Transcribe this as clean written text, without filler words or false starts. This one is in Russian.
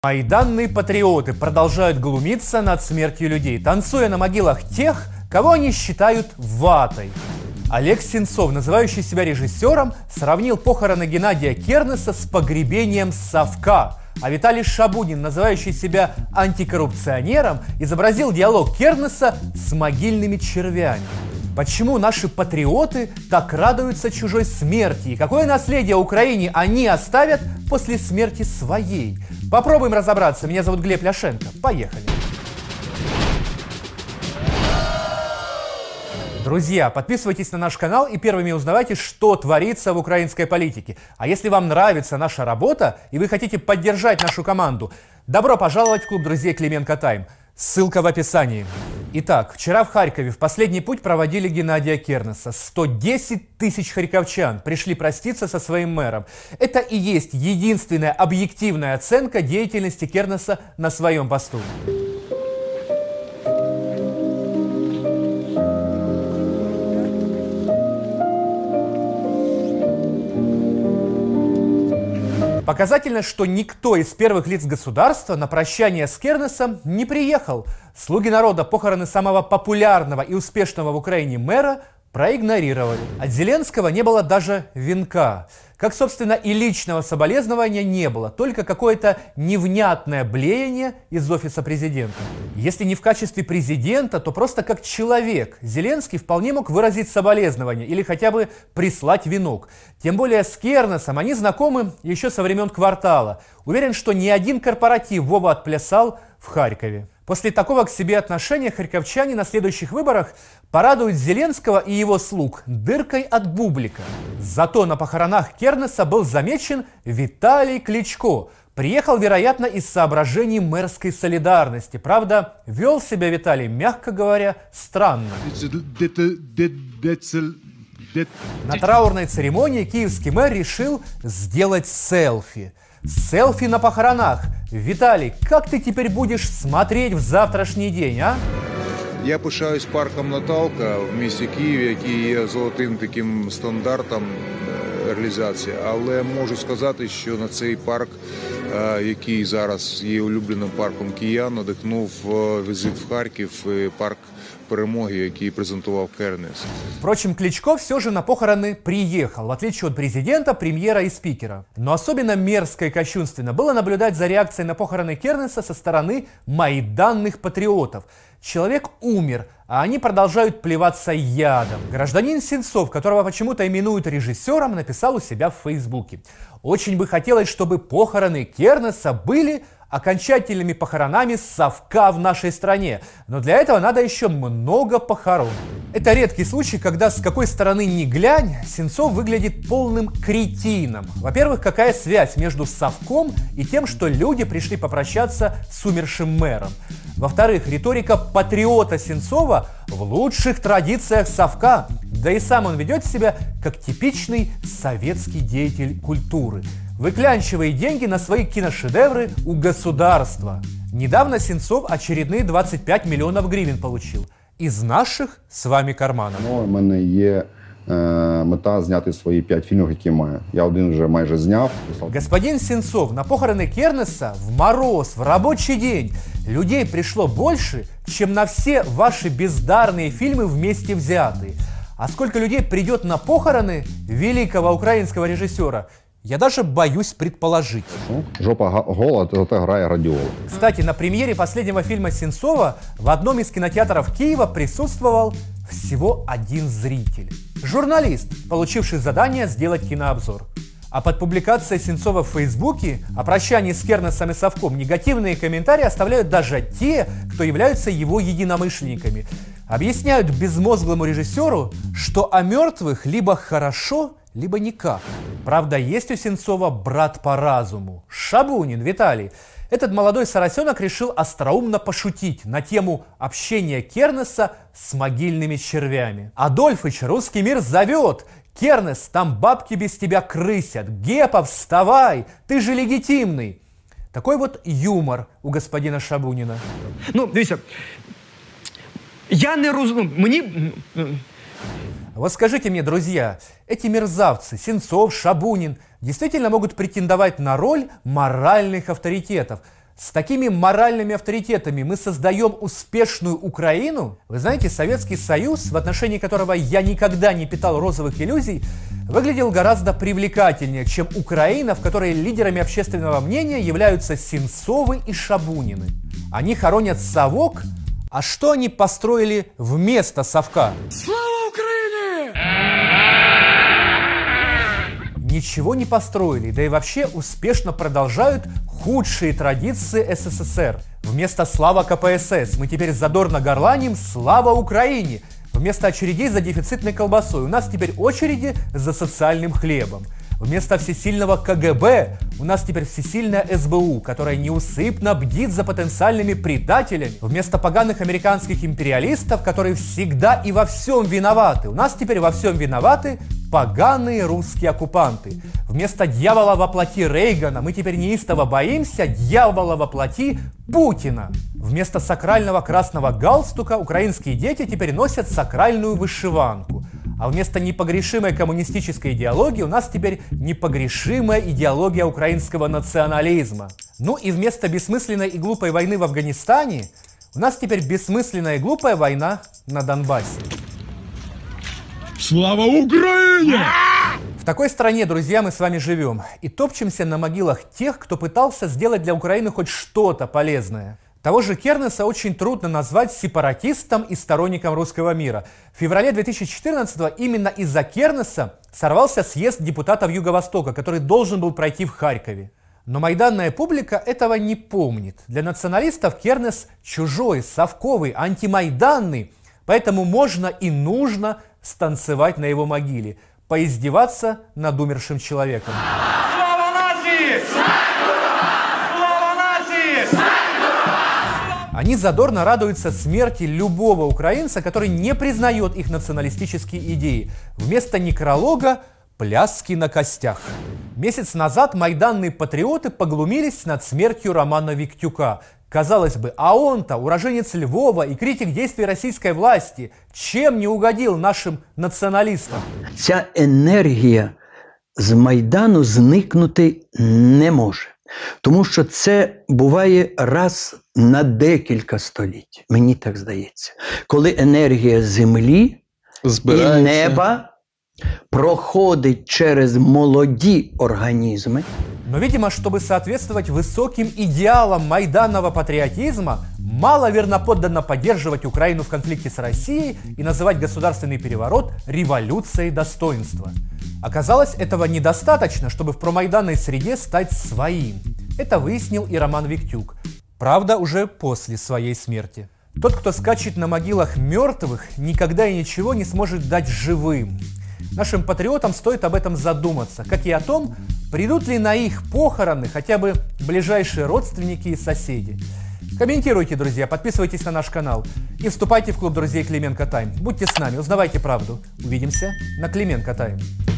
Майданные патриоты продолжают глумиться над смертью людей, танцуя на могилах тех, кого они считают ватой. Олег Сенцов, называющий себя режиссером, сравнил похороны Геннадия Кернеса с погребением совка. А Виталий Шабунин, называющий себя антикоррупционером, изобразил диалог Кернеса с могильными червями. Почему наши патриоты так радуются чужой смерти? И какое наследие Украине они оставят после смерти своей? Попробуем разобраться. Меня зовут Глеб Ляшенко. Поехали. Друзья, подписывайтесь на наш канал и первыми узнавайте, что творится в украинской политике. А если вам нравится наша работа и вы хотите поддержать нашу команду, добро пожаловать в клуб друзей Клименко Тайм. Ссылка в описании. Итак, вчера в Харькове в последний путь проводили Геннадия Кернеса. 110 тысяч харьковчан пришли проститься со своим мэром. Это и есть единственная объективная оценка деятельности Кернеса на своем посту. Показательно, что никто из первых лиц государства на прощание с Кернесом не приехал. Слуги народа похороны самого популярного и успешного в Украине мэра проигнорировали. От Зеленского не было даже венка. Как, собственно, и личного соболезнования не было, только какое-то невнятное блеяние из офиса президента. Если не в качестве президента, то просто как человек Зеленский вполне мог выразить соболезнование или хотя бы прислать венок. Тем более с Кернесом они знакомы еще со времен «Квартала». Уверен, что ни один корпоратив Вова отплясал в Харькове. После такого к себе отношения харьковчане на следующих выборах порадуют Зеленского и его слуг дыркой от бублика. Зато на похоронах Кернеса был замечен Виталий Кличко. Приехал, вероятно, из соображений мэрской солидарности. Правда, вел себя Виталий, мягко говоря, странно. На траурной церемонии киевский мэр решил сделать селфи. Селфи на похоронах. Виталий, как ты теперь будешь смотреть в завтрашний день, а? Я пишаюсь парком Наталка в місті Києві, який є золотим таким стандартом реалізації. Але можу сказати, що на цей парк, який зараз є улюбленим парком киян, надихнув візит в Харків, парк Перемоги, який презентував Кернес. Впрочем, Кличко все же на похороны приехал, в отличие от президента, премьера и спикера. Но особенно мерзко и кощунственно было наблюдать за реакцией на похороны Кернеса со стороны майданных патриотов. Человек умер, а они продолжают плеваться ядом. Гражданин Сенцов, которого почему-то именуют режиссером, написал у себя в Фейсбуке: «Очень бы хотелось, чтобы похороны Кернеса были окончательными похоронами совка в нашей стране. Но для этого надо еще много похорон». Это редкий случай, когда с какой стороны ни глянь, Сенцов выглядит полным кретином. Во-первых, какая связь между совком и тем, что люди пришли попрощаться с умершим мэром? Во-вторых, риторика патриота Сенцова в лучших традициях совка. Да и сам он ведет себя как типичный советский деятель культуры, выклянчивая деньги на свои киношедевры у государства. Недавно Сенцов очередные 25 миллионов гривен получил. Из наших с вами карманов. У мене є мета зняти свої 5 фільмів, які маю. Я один вже майже зняв. Господин Сенцов, на похороны Кернеса в мороз, в рабочий день людей пришло больше, чем на все ваши бездарные фильмы вместе взятые. А сколько людей придет на похороны великого украинского режиссера, я даже боюсь предположить. Жопа гола, зато грає радіолог. Кстати, на премьере последнего фильма Сенцова в одном из кинотеатров Киева присутствовал всего один зритель. Журналист, получивший задание сделать кинообзор. А под публикацией Сенцова в Фейсбуке о прощании с Кернесом и совком негативные комментарии оставляют даже те, кто являются его единомышленниками. Объясняют безмозглому режиссеру, что о мертвых либо хорошо, либо никак. Правда, есть у Сенцова брат по разуму – Шабунин Виталий. Этот молодой соросенок решил остроумно пошутить на тему общения Кернеса с могильными червями. Адольфыч, русский мир зовет! Кернес, там бабки без тебя крысят! Гепа, вставай! Ты же легитимный! Такой вот юмор у господина Шабунина. Ну, дивіться, я не розумію, мені... Вот скажите мне, друзья, эти мерзавцы, Сенцов, Шабунин, действительно могут претендовать на роль моральных авторитетов? С такими моральными авторитетами мы создаем успешную Украину? Вы знаете, Советский Союз, в отношении которого я никогда не питал розовых иллюзий, выглядел гораздо привлекательнее, чем Украина, в которой лидерами общественного мнения являются Сенцовы и Шабунины. Они хоронят совок, а что они построили вместо совка? Слава Украине! Ничего не построили, да и вообще успешно продолжают худшие традиции СССР. Вместо «Слава КПСС» мы теперь задорно горланим «Слава Украине». Вместо очередей за дефицитной колбасой у нас теперь очереди за социальным хлебом. Вместо всесильного КГБ у нас теперь всесильная СБУ, которая неусыпно бдит за потенциальными предателями. Вместо поганых американских империалистов, которые всегда и во всем виноваты, у нас теперь во всем виноваты поганые русские оккупанты. Вместо дьявола во плоти Рейгана мы теперь неистово боимся дьявола во плоти Путина. Вместо сакрального красного галстука украинские дети теперь носят сакральную вышиванку. А вместо непогрешимой коммунистической идеологии у нас теперь непогрешимая идеология украинского национализма. Ну и вместо бессмысленной и глупой войны в Афганистане у нас теперь бессмысленная и глупая война на Донбассе. Слава Украине! В такой стране, друзья, мы с вами живем и топчемся на могилах тех, кто пытался сделать для Украины хоть что-то полезное. Того же Кернеса очень трудно назвать сепаратистом и сторонником русского мира. В феврале 2014-го именно из-за Кернеса сорвался съезд депутатов Юго-Востока, который должен был пройти в Харькове. Но майданная публика этого не помнит. Для националистов Кернес чужой, совковый, антимайданный, поэтому можно и нужно станцевать на его могиле, поиздеваться над умершим человеком. Слава нации! Слава нации! Они задорно радуются смерти любого украинца, который не признает их националистические идеи. Вместо некролога – пляски на костях. Месяц назад майданные патриоты поглумились над смертью Романа Виктюка. Казалось бы, а он-то уроженец Львова и критик действий российской власти. Чем не угодил нашим націоналістам? Ця енергія з Майдану зникнути не може. Тому що це буває раз на декілька століть, мені так здається. Коли енергія землі і неба проходить через молоді організми. Но, видимо, чтобы соответствовать высоким идеалам майданного патриотизма, мало верноподданно поддерживать Украину в конфликте с Россией и называть государственный переворот революцией достоинства. Оказалось, этого недостаточно, чтобы в промайданной среде стать своим. Это выяснил и Роман Виктюк. Правда, уже после своей смерти. Тот, кто скачет на могилах мертвых, никогда и ничего не сможет дать живым. Нашим патриотам стоит об этом задуматься, как и о том, придут ли на их похороны хотя бы ближайшие родственники и соседи. Комментируйте, друзья, подписывайтесь на наш канал и вступайте в клуб друзей Клименко Тайм. Будьте с нами, узнавайте правду. Увидимся на Клименко Тайм.